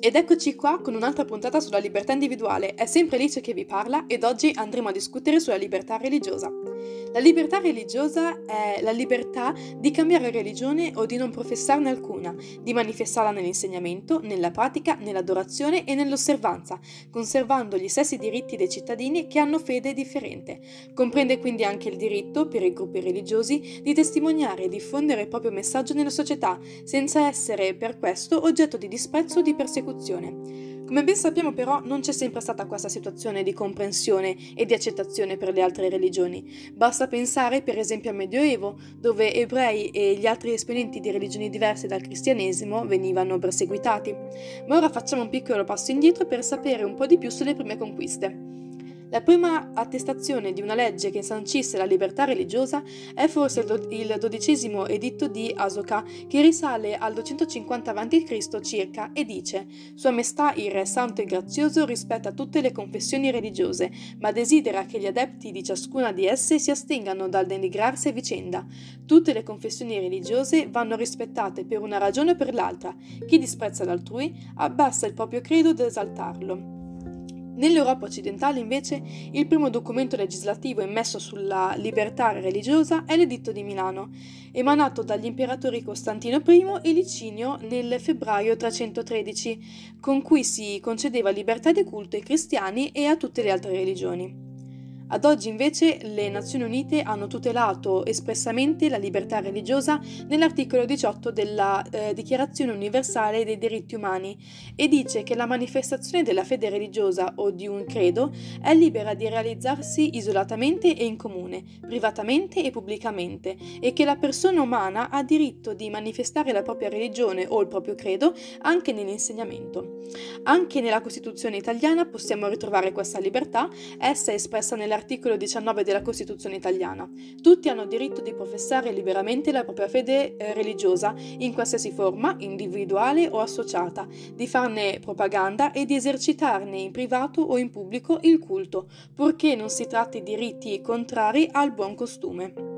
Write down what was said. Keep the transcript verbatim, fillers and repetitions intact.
Ed eccoci qua con un'altra puntata sulla libertà individuale. È sempre Alice che vi parla ed oggi andremo a discutere sulla libertà religiosa. La libertà religiosa è la libertà di cambiare religione o di non professarne alcuna, di manifestarla nell'insegnamento, nella pratica, nell'adorazione e nell'osservanza, conservando gli stessi diritti dei cittadini che hanno fede differente. Comprende quindi anche il diritto, per i gruppi religiosi, di testimoniare e diffondere il proprio messaggio nella società, senza essere per questo oggetto di disprezzo o di persecuzione. Come ben sappiamo però non c'è sempre stata questa situazione di comprensione e di accettazione per le altre religioni. Basta pensare per esempio al Medioevo, dove ebrei e gli altri esponenti di religioni diverse dal cristianesimo venivano perseguitati. Ma ora facciamo un piccolo passo indietro per sapere un po' di più sulle prime conquiste. La prima attestazione di una legge che sancisse la libertà religiosa è forse il, do- il dodicesimo editto di Asoka, che risale al duecentocinquanta avanti Cristo circa e dice: Sua Maestà il Re Santo e Grazioso rispetta tutte le confessioni religiose, ma desidera che gli adepti di ciascuna di esse si astengano dal denigrarsi a vicenda. Tutte le confessioni religiose vanno rispettate per una ragione o per l'altra. Chi disprezza l'altrui abbassa il proprio credo ad esaltarlo. Nell'Europa occidentale, invece, il primo documento legislativo immesso sulla libertà religiosa è l'Editto di Milano, emanato dagli imperatori Costantino I e Licinio nel febbraio trecentotredici, con cui si concedeva libertà di culto ai cristiani e a tutte le altre religioni. Ad oggi invece le Nazioni Unite hanno tutelato espressamente la libertà religiosa nell'articolo diciotto della eh, Dichiarazione Universale dei Diritti Umani e dice che la manifestazione della fede religiosa o di un credo è libera di realizzarsi isolatamente e in comune, privatamente e pubblicamente, e che la persona umana ha diritto di manifestare la propria religione o il proprio credo anche nell'insegnamento. Anche nella Costituzione italiana possiamo ritrovare questa libertà, essa è espressa nell'articolo diciannove della Costituzione italiana. Tutti hanno diritto di professare liberamente la propria fede eh, religiosa, in qualsiasi forma, individuale o associata, di farne propaganda e di esercitarne in privato o in pubblico il culto, purché non si tratti di riti contrari al buon costume.